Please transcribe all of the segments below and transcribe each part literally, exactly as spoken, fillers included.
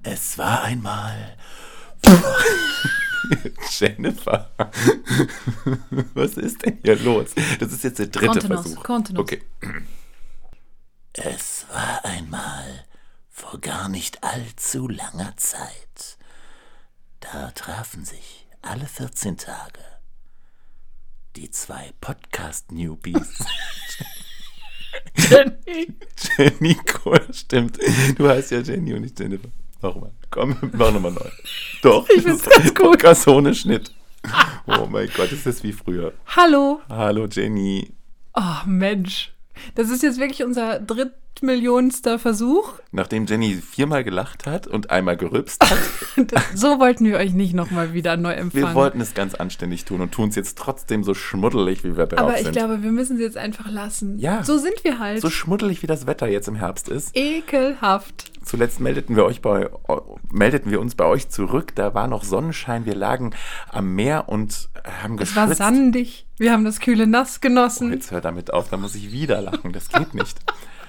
Es war einmal... Jennifer, was ist denn hier los? Das ist jetzt der dritte Kontenance, Versuch. Kontenance. Okay. Es war einmal vor gar nicht allzu langer Zeit. Da trafen sich alle vierzehn Tage die zwei Podcast-Newbies. Jenny. Jenny Kohl, stimmt. Du heißt ja Jenny und nicht Jennifer. Nochmal. Komm, mach nochmal neu. Doch. Ich find's ganz gut. Podcast ohne Schnitt. Oh mein Gott, ist das wie früher. Hallo. Hallo Jenny. Oh Mensch. Das ist jetzt wirklich unser drittmillionster Versuch. Nachdem Jenny viermal gelacht hat und einmal gerülpst hat. So wollten wir euch nicht nochmal wieder neu empfangen. Wir wollten es ganz anständig tun und tun es jetzt trotzdem so schmuddelig, wie wir drauf Aber sind. ich glaube, wir müssen sie jetzt einfach lassen. Ja. So sind wir halt. So schmuddelig, wie das Wetter jetzt im Herbst ist. Ekelhaft. Zuletzt meldeten wir, euch bei, meldeten wir uns bei euch zurück. Da war noch Sonnenschein. Wir lagen am Meer und haben Es war geschwitzt. sandig. Wir haben das kühle Nass genossen. Oh, jetzt hör damit auf, da muss ich wieder lachen. Das geht nicht.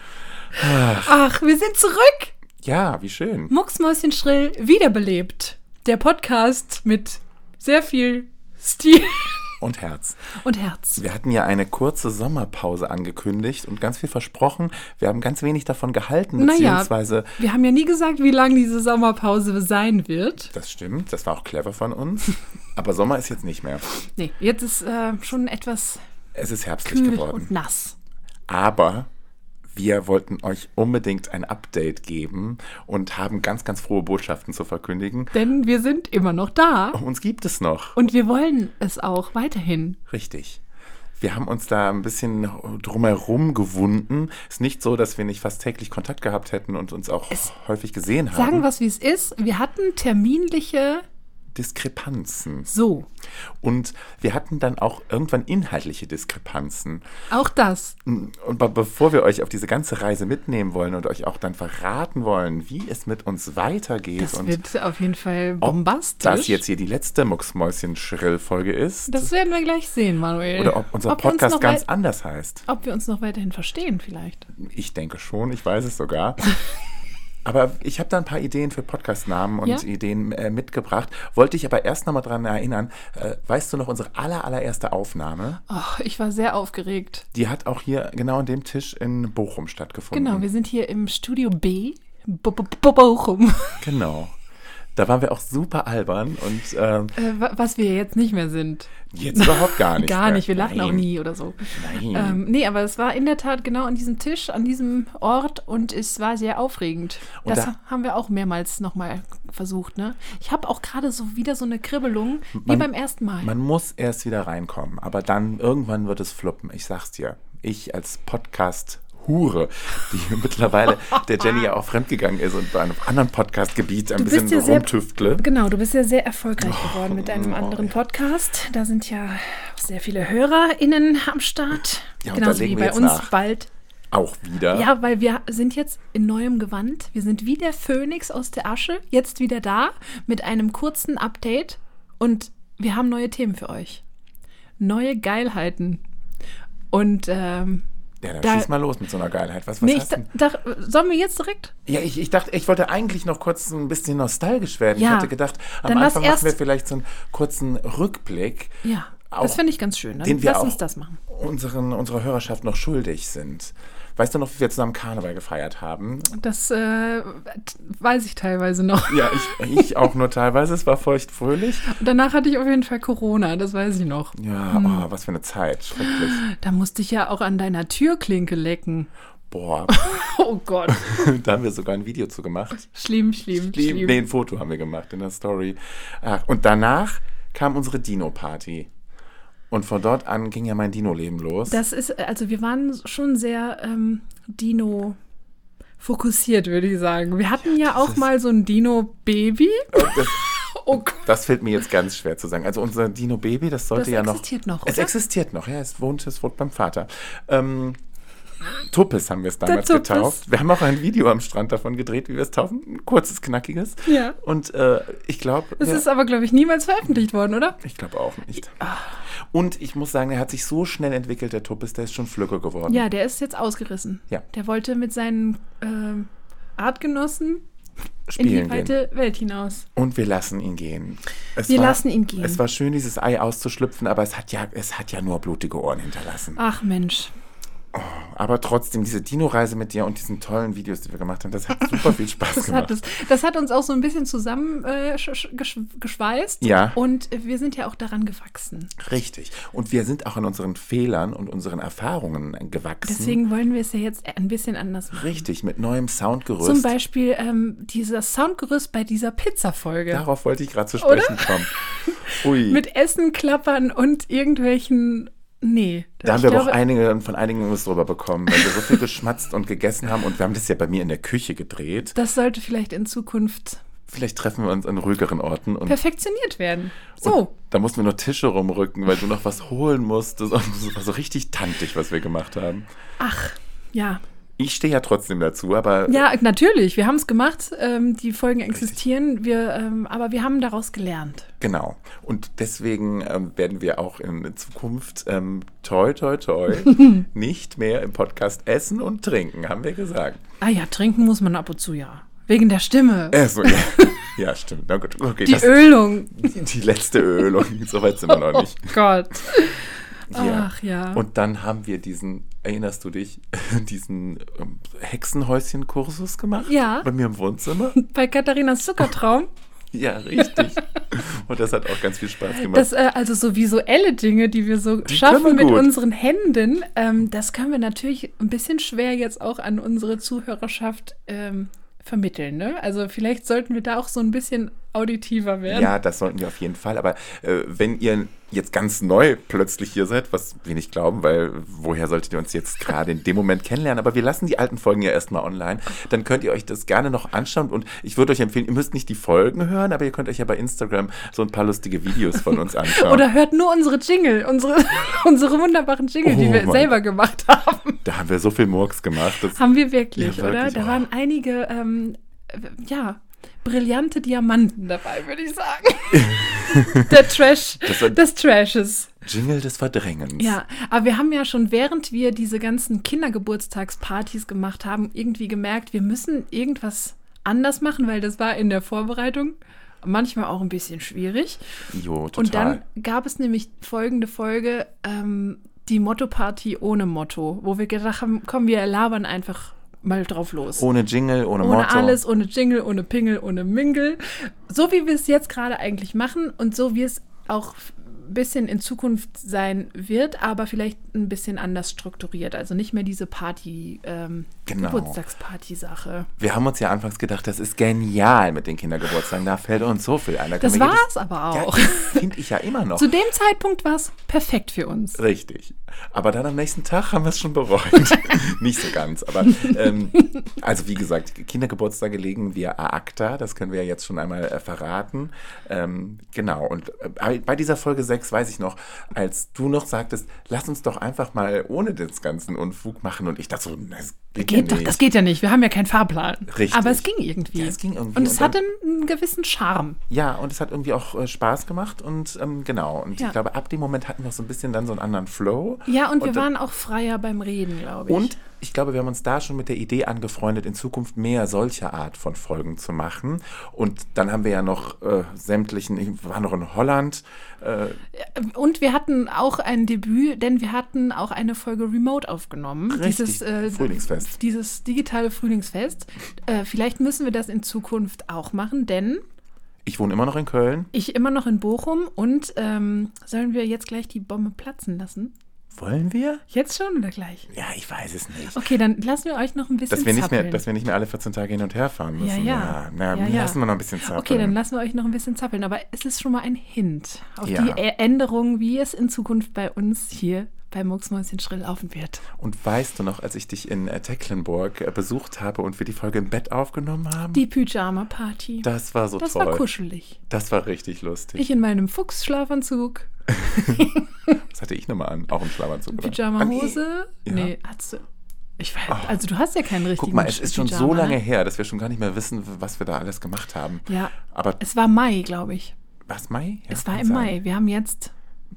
Ach, wir sind zurück. Ja, wie schön. Mucksmäuschenschrill wiederbelebt. Der Podcast mit sehr viel Stil Und Herz. und Herz. Wir hatten ja eine kurze Sommerpause angekündigt und ganz viel versprochen. Wir haben ganz wenig davon gehalten, Naja, beziehungsweise... wir haben ja nie gesagt, wie lang diese Sommerpause sein wird. Das stimmt, das war auch clever von uns. Aber Sommer ist jetzt nicht mehr. Nee, jetzt ist äh, schon etwas Es ist herbstlich kühl geworden. und nass. Aber wir wollten euch unbedingt ein Update geben und haben ganz, ganz frohe Botschaften zu verkündigen. Denn wir sind immer noch da. Uns gibt es noch. Und wir wollen es auch weiterhin. Richtig. Wir haben uns da ein bisschen drumherum gewunden. Ist nicht so, dass wir nicht fast täglich Kontakt gehabt hätten und uns auch Es- häufig gesehen haben. Sagen wir es, wie es ist. Wir hatten terminliche... Diskrepanzen. So, Und wir hatten dann auch irgendwann inhaltliche Diskrepanzen. auch das. Und be- bevor wir euch auf diese ganze Reise mitnehmen wollen und euch auch dann verraten wollen, wie es mit uns weitergeht Das und wird auf jeden Fall ob bombastisch. das jetzt hier die letzte Mucksmäuschen-Schrill-Folge ist Das werden wir gleich sehen, Manuel. oder ob unser Ob wir uns Podcast noch ganz wei- anders heißt. Ob wir uns noch weiterhin verstehen vielleicht. Ich denke schon, ich weiß es sogar. Aber ich habe da ein paar Ideen für Podcastnamen und Ja? Ideen äh, mitgebracht. Wollte ich aber erst nochmal dran erinnern. Äh, weißt du noch, unsere aller, allererste Aufnahme, Oh, ich war sehr aufgeregt. die hat auch hier genau an dem Tisch in Bochum stattgefunden. Genau, wir sind hier im Studio B, Bo- Bo- Bo- Bochum. Genau. Da waren wir auch super albern und ähm, Äh, wa- was wir jetzt nicht mehr sind. jetzt überhaupt gar nicht. Gar mehr. nicht, wir lachen Nein. auch nie oder so. Nein. Ähm, nee, aber es war in der Tat genau an diesem Tisch, an diesem Ort und es war sehr aufregend. Und das da- haben wir auch mehrmals nochmal versucht, ne? Ich habe auch gerade so wieder so eine Kribbelung, wie Man- beim ersten Mal. Man muss erst wieder reinkommen, aber dann irgendwann wird es fluppen. Ich sag's dir. Ich als Podcast Hure, die mittlerweile der Jenny ja auch fremdgegangen ist und bei einem anderen Podcast-Gebiet ein Du bisschen bist ja sehr- rumtüftle. Genau, du bist ja sehr erfolgreich Oh, geworden mit deinem anderen Podcast. Da sind ja sehr viele HörerInnen am Start. Ja, und da Genauso legen wie wir bei jetzt uns nach. bald. Auch wieder. Ja, weil wir sind jetzt in neuem Gewand. Wir sind wie der Phönix aus der Asche, jetzt wieder da mit einem kurzen Update. Und wir haben neue Themen für euch. Neue Geilheiten. Und, ähm, Ja, dann Da- schieß mal los mit so einer Geilheit. Was, was nee, ich hast du? da, da, sollen wir jetzt direkt? Ja, ich, ich dachte, ich wollte eigentlich noch kurz ein bisschen nostalgisch werden. Ja, Ich hatte gedacht, am dann lass Anfang machen erst- wir vielleicht so einen kurzen Rückblick, Ja, Auch- das finde ich ganz schön. Dann den wir lass auch uns das machen. unseren, unserer Hörerschaft noch schuldig sind. Weißt du noch, wie wir zusammen Karneval gefeiert haben? Das äh, weiß ich teilweise noch. Ja, ich, ich auch nur teilweise. Es war feuchtfröhlich. Und danach hatte ich auf jeden Fall Corona, das weiß ich noch. Ja, Hm. oh, was für eine Zeit. Schrecklich. Da musste ich ja auch an deiner Türklinke lecken. Boah, Oh Gott. da haben wir sogar ein Video zu gemacht. Schlimm, schlimm, Nee, schlimm. nee, ein Foto haben wir gemacht in der Story. Ach, und danach kam unsere Dino-Party. Und von dort an ging ja mein Dino-Leben los. Das ist, also wir waren schon sehr ähm, Dino fokussiert, würde ich sagen. Wir hatten ja, das auch ist- mal so ein Dino-Baby. das, Oh Gott. das fällt mir jetzt ganz schwer zu sagen. Also unser Dino-Baby, das sollte Das ja noch... existiert noch, Es oder? existiert noch, ja. Es wohnt, es wohnt beim Vater. Ähm, Tuppes haben wir es damals Tuppes. getauft. Wir haben auch ein Video am Strand davon gedreht, wie wir es taufen. Ein kurzes, knackiges. Ja. Und äh, ich glaube... Das ist aber, glaube ich, niemals veröffentlicht worden, oder? Ich glaube auch nicht. Und ich muss sagen, er hat sich so schnell entwickelt, der Tuppes, der ist schon Flücke geworden. Ja, der ist jetzt ausgerissen. Ja. Der wollte mit seinen ähm, Artgenossen in die spielen weite gehen. Welt hinaus. Und wir lassen ihn gehen. Es Wir war, lassen ihn gehen. Es war schön, dieses Ei auszuschlüpfen, aber es hat ja, es hat ja nur blutige Ohren hinterlassen. Ach Mensch. Aber trotzdem, diese Dino-Reise mit dir und diesen tollen Videos, die wir gemacht haben, das hat super viel Spaß Das gemacht. hat, es, das hat uns auch so ein bisschen zusammengeschweißt. Äh, gesch- geschweißt. Ja. Und wir sind ja auch daran gewachsen. Richtig. Und wir sind auch an unseren Fehlern und unseren Erfahrungen gewachsen. Deswegen wollen wir es ja jetzt ein bisschen anders machen. Richtig, mit neuem Soundgerüst. Zum Beispiel ähm, dieses Soundgerüst bei dieser Pizza-Folge. Darauf wollte ich gerade zu sprechen Oder? kommen. Ui. Mit Essen, Klappern und irgendwelchen. Nee. Da haben ich wir glaube, aber auch einige, von einigen was drüber bekommen, weil wir so viel geschmatzt und gegessen haben. Und wir haben das ja bei mir in der Küche gedreht. Das sollte vielleicht in Zukunft Vielleicht treffen wir uns an ruhigeren Orten. Und, perfektioniert werden. und So. da mussten wir nur Tische rumrücken, weil du noch was holen musstest. Und das war so richtig tantig, was wir gemacht haben. Ach, ja. Ich stehe ja trotzdem dazu, aber Ja, natürlich. Wir haben es gemacht. Ähm, die Folgen existieren. Wir, ähm, aber wir haben daraus gelernt. genau. Und deswegen ähm, werden wir auch in Zukunft ähm, toi, toi, toi nicht mehr im Podcast essen und trinken, haben wir gesagt. Ah ja, trinken muss man ab und zu, ja. Wegen der Stimme. Äh, so, ja. ja, stimmt. Na gut, okay. Die das, Ölung. die, die letzte Ölung. So weit sind wir noch nicht. Oh Gott. Ja. Ach ja. Und dann haben wir diesen, erinnerst du dich, diesen ähm, Hexenhäuschen-Kursus gemacht? Ja. Bei mir im Wohnzimmer? Bei Katharinas Zuckertraum. Ja, richtig. Und das hat auch ganz viel Spaß gemacht. Das, äh, also so visuelle Dinge, die wir so Die schaffen können wir mit gut. unseren Händen, ähm, das können wir natürlich ein bisschen schwer jetzt auch an unsere Zuhörerschaft ähm, vermitteln. Ne? Also vielleicht sollten wir da auch so ein bisschen auditiver werden. Ja, das sollten wir auf jeden Fall. Aber äh, wenn ihr jetzt ganz neu plötzlich hier seid, was wir nicht glauben, weil woher solltet ihr uns jetzt gerade in dem Moment kennenlernen? Aber wir lassen die alten Folgen ja erstmal online. Dann könnt ihr euch das gerne noch anschauen. Und ich würde euch empfehlen, ihr müsst nicht die Folgen hören, aber ihr könnt euch ja bei Instagram so ein paar lustige Videos von uns anschauen. Oder hört nur unsere Jingle, unsere, unsere wunderbaren Jingle, die Oh wir mein selber gemacht haben. Da haben wir so viel Murks gemacht. Das, Haben wir wirklich, Ja, oder? wirklich. Da Oh. waren einige, ähm, äh, ja, brillante Diamanten dabei, würde ich sagen. Der Trash Das war- des Trashes. Jingle des Verdrängens. Ja, aber wir haben ja schon, während wir diese ganzen Kindergeburtstagspartys gemacht haben, irgendwie gemerkt, wir müssen irgendwas anders machen, weil das war in der Vorbereitung manchmal auch ein bisschen schwierig. Jo, total. Und dann gab es nämlich folgende Folge, ähm, die Motto-Party ohne Motto, wo wir gedacht haben, komm, wir labern einfach mal drauf los. Ohne Jingle, ohne, Ohne Motto. alles, ohne Jingle, ohne Pingel, ohne Mingle. So wie wir es jetzt gerade eigentlich machen und so wie es auch ein bisschen in Zukunft sein wird, aber vielleicht ein bisschen anders strukturiert. Also nicht mehr diese Party, ähm, Genau. Geburtstagsparty-Sache. Wir haben uns ja anfangs gedacht, das ist genial mit den Kindergeburtstagen. Da fällt uns so viel ein. Da Das können wir war jedes- es aber auch. Ja, finde ich ja immer noch. Zu dem Zeitpunkt war es perfekt für uns. Richtig. Aber dann am nächsten Tag haben wir es schon bereut. Nicht so ganz. Aber ähm, also wie gesagt, Kindergeburtstage legen wir a acta. Das können wir ja jetzt schon einmal äh, verraten. Ähm, genau. Und äh, bei dieser Folge sechs weiß ich noch, als du noch sagtest, lass uns doch einfach mal ohne den ganzen Unfug machen. Und ich dachte so, das geht, Geht ja doch, nicht. das geht ja nicht. Wir haben ja keinen Fahrplan. Richtig. Aber es ging irgendwie. Ja, es ging irgendwie. Und es Und dann- hatte einen gewissen Charme. Ja, und es hat irgendwie auch äh, Spaß gemacht und ähm, genau. Und Ja. ich glaube, ab dem Moment hatten wir so ein bisschen dann so einen anderen Flow. Ja, und wir dann- waren auch freier beim Reden, glaube ich. Und ich glaube, wir haben uns da schon mit der Idee angefreundet, in Zukunft mehr solcher Art von Folgen zu machen. Und dann haben wir ja noch äh, sämtlichen, ich war noch in Holland. Äh, Und wir hatten auch ein Debüt, denn wir hatten auch eine Folge Remote aufgenommen. Richtig, Frühlingsfest. Dieses digitale Frühlingsfest. Äh, vielleicht müssen wir das in Zukunft auch machen, denn ich wohne immer noch in Köln. ich immer noch in Bochum und ähm, sollen wir jetzt gleich die Bombe platzen lassen? Wollen wir? Jetzt schon oder gleich? Ja, ich weiß es nicht. Okay, dann lassen wir euch noch ein bisschen Dass wir, nicht mehr, zappeln. dass wir nicht mehr alle vierzehn Tage hin und her fahren müssen. Ja, ja. Na, Ja, ja. lassen wir noch ein bisschen zappeln. Okay, dann lassen wir euch noch ein bisschen zappeln. Aber es ist schon mal ein Hint auf Ja. die Ä- Änderung, wie es in Zukunft bei uns hier bei Mucksmäuschen Schrill laufen wird. Und weißt du noch, als ich dich in äh, Tecklenburg äh, besucht habe und wir die Folge im Bett aufgenommen haben? Die Pyjama-Party. Das war so Das toll. war kuschelig. Das war richtig lustig. Ich in meinem Fuchsschlafanzug, Was hatte ich nochmal an? Auch im Schlafanzug, oder? Ah, Pyjama-Hose. Ja. Nee, hast du. Ich weiß, also du hast ja keinen richtigen Guck mal, es ist schon Pyjama, so lange ne? her, dass wir schon gar nicht mehr wissen, was wir da alles gemacht haben. Ja, Aber es war Mai, glaube ich. was, Mai? Ja, es war kann im sein. Mai. Wir haben jetzt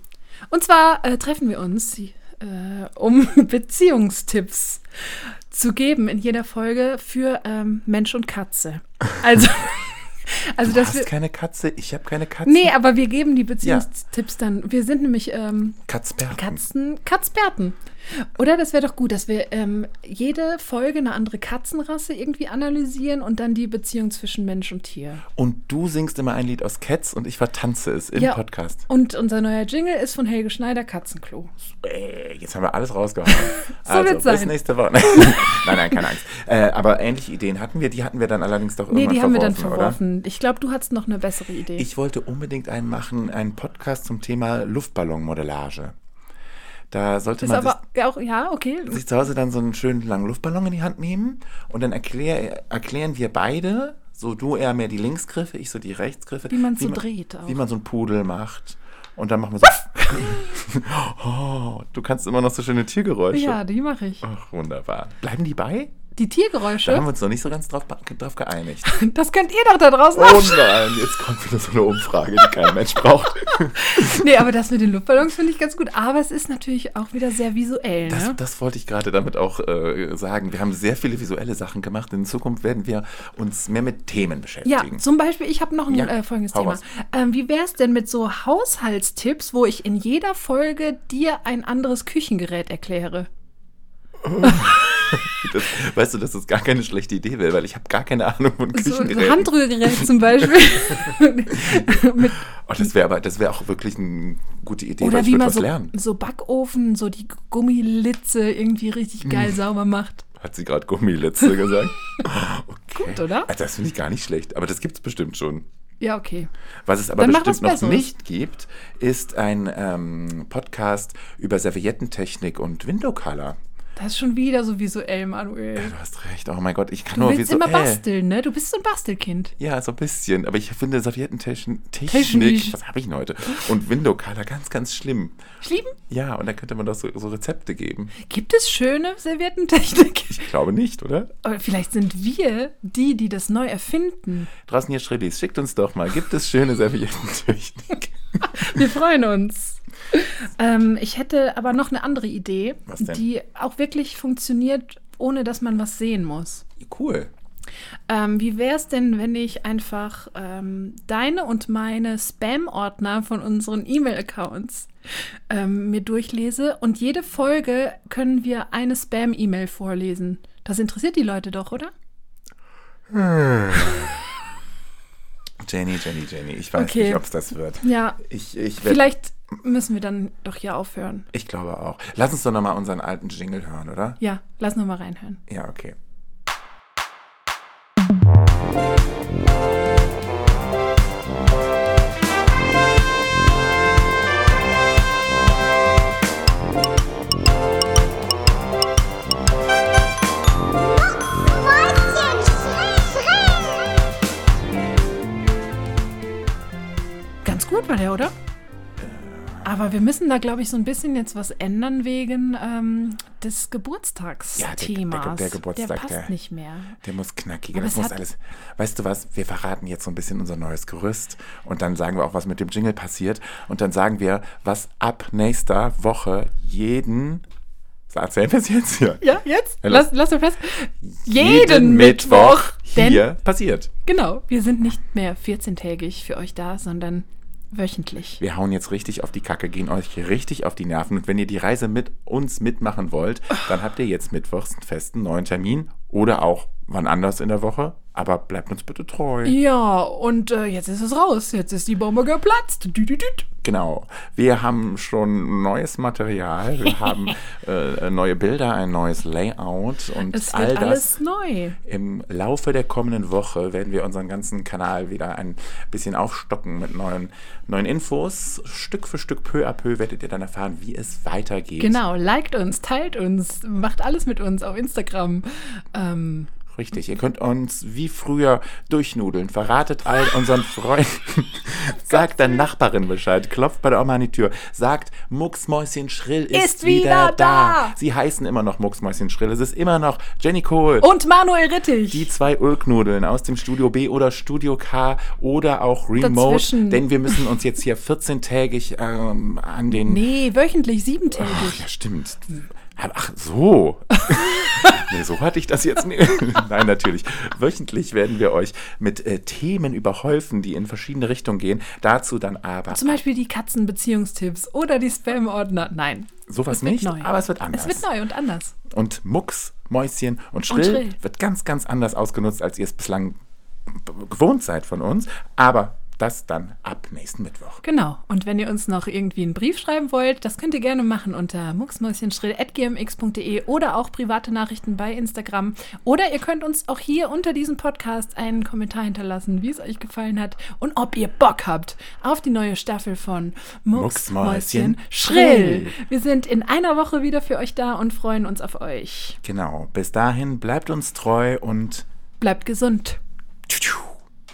Und zwar äh, treffen wir uns, äh, um Beziehungstipps zu geben in jeder Folge für ähm, Mensch und Katze. Also, also Du dass hast wir. keine Katze, ich habe keine Katze. Nee, aber wir geben die Beziehungstipps dann. Wir sind nämlich ähm, Katzperten. Katzen, Katzperten. Oder das wäre doch gut, dass wir ähm, jede Folge eine andere Katzenrasse irgendwie analysieren und dann die Beziehung zwischen Mensch und Tier. Und du singst immer ein Lied aus Cats und ich vertanze es im Ja. Podcast. Und unser neuer Jingle ist von Helge Schneider, Katzenklo. Ey, jetzt haben wir alles rausgehauen. So also, wird's bis sein. nächste Woche. Nein, nein, keine Angst. Äh, aber ähnliche Ideen hatten wir, die hatten wir dann allerdings doch Nee, irgendwann die haben wir dann verworfen, verworfen. Ich glaube, du hattest noch eine bessere Idee. oder? Ich wollte unbedingt einen machen, einen Podcast zum Thema Luftballonmodellage. Da sollte ist man aber auch, ja, okay. sich, sich zu Hause dann so einen schönen langen Luftballon in die Hand nehmen und dann erklär, erklären wir beide, so du eher mehr die Linksgriffe, ich so die Rechtsgriffe. Wie man's so man, dreht auch. Wie man so einen Pudel macht. Und dann machen wir so. Oh, du kannst immer noch so schöne Tiergeräusche. Ja, die mache ich. Ach, wunderbar. Bleiben die bei? Die Da haben Tiergeräusche, wir uns noch nicht so ganz drauf, drauf geeinigt. das könnt ihr doch da draußen Oh absch- nein, jetzt kommt wieder so eine Umfrage, die kein Mensch braucht. Nee, aber das mit den Luftballons finde ich ganz gut. Aber es ist natürlich auch wieder sehr visuell, Das, ne? das wollte ich gerade damit auch äh, sagen. Wir haben sehr viele visuelle Sachen gemacht. In Zukunft werden wir uns mehr mit Themen Ja, beschäftigen. zum Beispiel, ich habe noch ein Ja, äh, folgendes hau Thema. raus. Ähm, wie wäre es denn mit so Haushaltstipps, wo ich in jeder Folge dir ein anderes Küchengerät erkläre? Das, weißt du, dass das gar keine schlechte Idee wäre, weil ich habe gar keine Ahnung von So ein Küchengeräten. Handrührgerät zum Beispiel. mit, Oh, das wäre aber, das wäre auch wirklich eine gute Idee, weil oder ich wie würde man was so, lernen. so Backofen, so die Gummilitze irgendwie richtig geil Hm. sauber macht. Hat sie gerade Gummilitze gesagt? Okay. Gut, oder? Also das finde ich gar nicht schlecht, aber das gibt es bestimmt schon. Ja, okay. Was es aber Dann mach bestimmt was noch Besseres. nicht gibt, ist ein ähm, Podcast über Serviettentechnik und Window Color. Das ist schon wieder so visuell, Manuel. Ja, du hast recht. Oh mein Gott, ich kann Du nur willst visuell. immer basteln, ne? Du bist so ein Bastelkind. Ja, so ein bisschen. Aber ich finde Serviettentechnik, Technik. was habe ich denn heute? Und Window-Color ganz, ganz schlimm. Schlieben? Ja, und da könnte man doch so, so Rezepte geben. Gibt es schöne Serviettentechnik? Ich glaube nicht, oder? Aber vielleicht sind wir die, die das neu erfinden. Draußen hier Schrillis, schickt uns doch mal. Gibt es schöne Serviettentechnik? Wir freuen uns. Ähm, ich hätte aber noch eine andere Idee, Was denn? die auch wirklich funktioniert, ohne dass man was sehen muss. Cool. Ähm, wie wäre es denn, wenn ich einfach ähm, deine und meine Spam-Ordner von unseren E-Mail-Accounts ähm, mir durchlese und jede Folge können wir eine Spam-E-Mail vorlesen? Das interessiert die Leute doch, oder? Jenny, Jenny, Jenny, ich weiß Okay. nicht, ob es das wird. Ja, Ich, ich, werd, vielleicht müssen wir dann doch hier aufhören. ich glaube auch. Lass uns doch nochmal unseren alten Jingle hören, oder? Ja, lass noch mal reinhören. Ja, okay. Ganz gut war der, oder? Aber wir müssen da, glaube ich, so ein bisschen jetzt was ändern wegen ähm, des Geburtstagsthemas. Ja, der- der- der Geburtstag, der passt der- nicht mehr. Der muss knackiger, Aber das es muss hat- alles. Weißt du was, wir verraten jetzt so ein bisschen unser neues Gerüst und dann sagen wir auch, was mit dem Jingle passiert und dann sagen wir, was ab nächster Woche jeden, erzählen wir es jetzt hier, Ja, jetzt? Ja, lass, lass doch fest. Jeden, Mittwoch. Denn, hier passiert. genau, wir sind nicht mehr vierzehntägig für euch da, sondern wöchentlich. Wir hauen jetzt richtig auf die Kacke, gehen euch richtig auf die Nerven und wenn ihr die Reise mit uns mitmachen wollt, dann habt ihr jetzt mittwochs einen festen neuen Termin oder auch wann anders in der Woche, aber bleibt uns bitte treu. Ja, und äh, jetzt ist es raus. Jetzt ist die Bombe geplatzt. Dü, dü, dü. Genau. Wir haben schon neues Material, wir haben äh, neue Bilder, ein neues Layout und Es all wird das. alles neu. Im Laufe der kommenden Woche werden wir unseren ganzen Kanal wieder ein bisschen aufstocken mit neuen, neuen Infos. Stück für Stück, peu à peu werdet ihr dann erfahren, wie es weitergeht. Genau, liked uns, teilt uns, macht alles mit uns auf Instagram. Ähm, Richtig, ihr könnt uns wie früher durchnudeln. Verratet all unseren Freunden. Sagt der Nachbarin Bescheid. Klopft bei der Oma an die Tür. Sagt, Mucksmäuschen Schrill ist, Ist wieder da. Sie heißen immer noch Mucksmäuschen Schrill. Es ist immer noch Jenny Kohl. und Manuel Rittich. Die zwei Ulknudeln aus dem Studio B oder Studio K oder auch Remote. Dazwischen. Denn wir müssen uns jetzt hier vierzehntägig ähm, an den... nee, wöchentlich, siebentägig. Ach, ja, stimmt. Ach so. Nee, so hatte ich das jetzt nicht. Nein, natürlich. Wöchentlich werden wir euch mit äh, Themen überhäufen, die in verschiedene Richtungen gehen. Dazu dann aber Zum Beispiel die Katzenbeziehungstipps oder die Spam-Ordner. Nein. sowas es wird nicht, neu. aber es wird anders. Es wird neu und anders. Und Mucks, Mäuschen und Schrill, Und Schrill. wird ganz, ganz anders ausgenutzt, als ihr es bislang b- gewohnt seid von uns. Aber das dann ab nächsten Mittwoch. Genau. Und wenn ihr uns noch irgendwie einen Brief schreiben wollt, das könnt ihr gerne machen unter mucksmäuschenschrill at g m x punkt d e oder auch private Nachrichten bei Instagram. Oder ihr könnt uns auch hier unter diesem Podcast einen Kommentar hinterlassen, wie es euch gefallen hat und ob ihr Bock habt auf die neue Staffel von Mucksmäuschen Schrill. Wir sind in einer Woche wieder für euch da und freuen uns auf euch. Genau. Bis dahin bleibt uns treu und Bleibt gesund.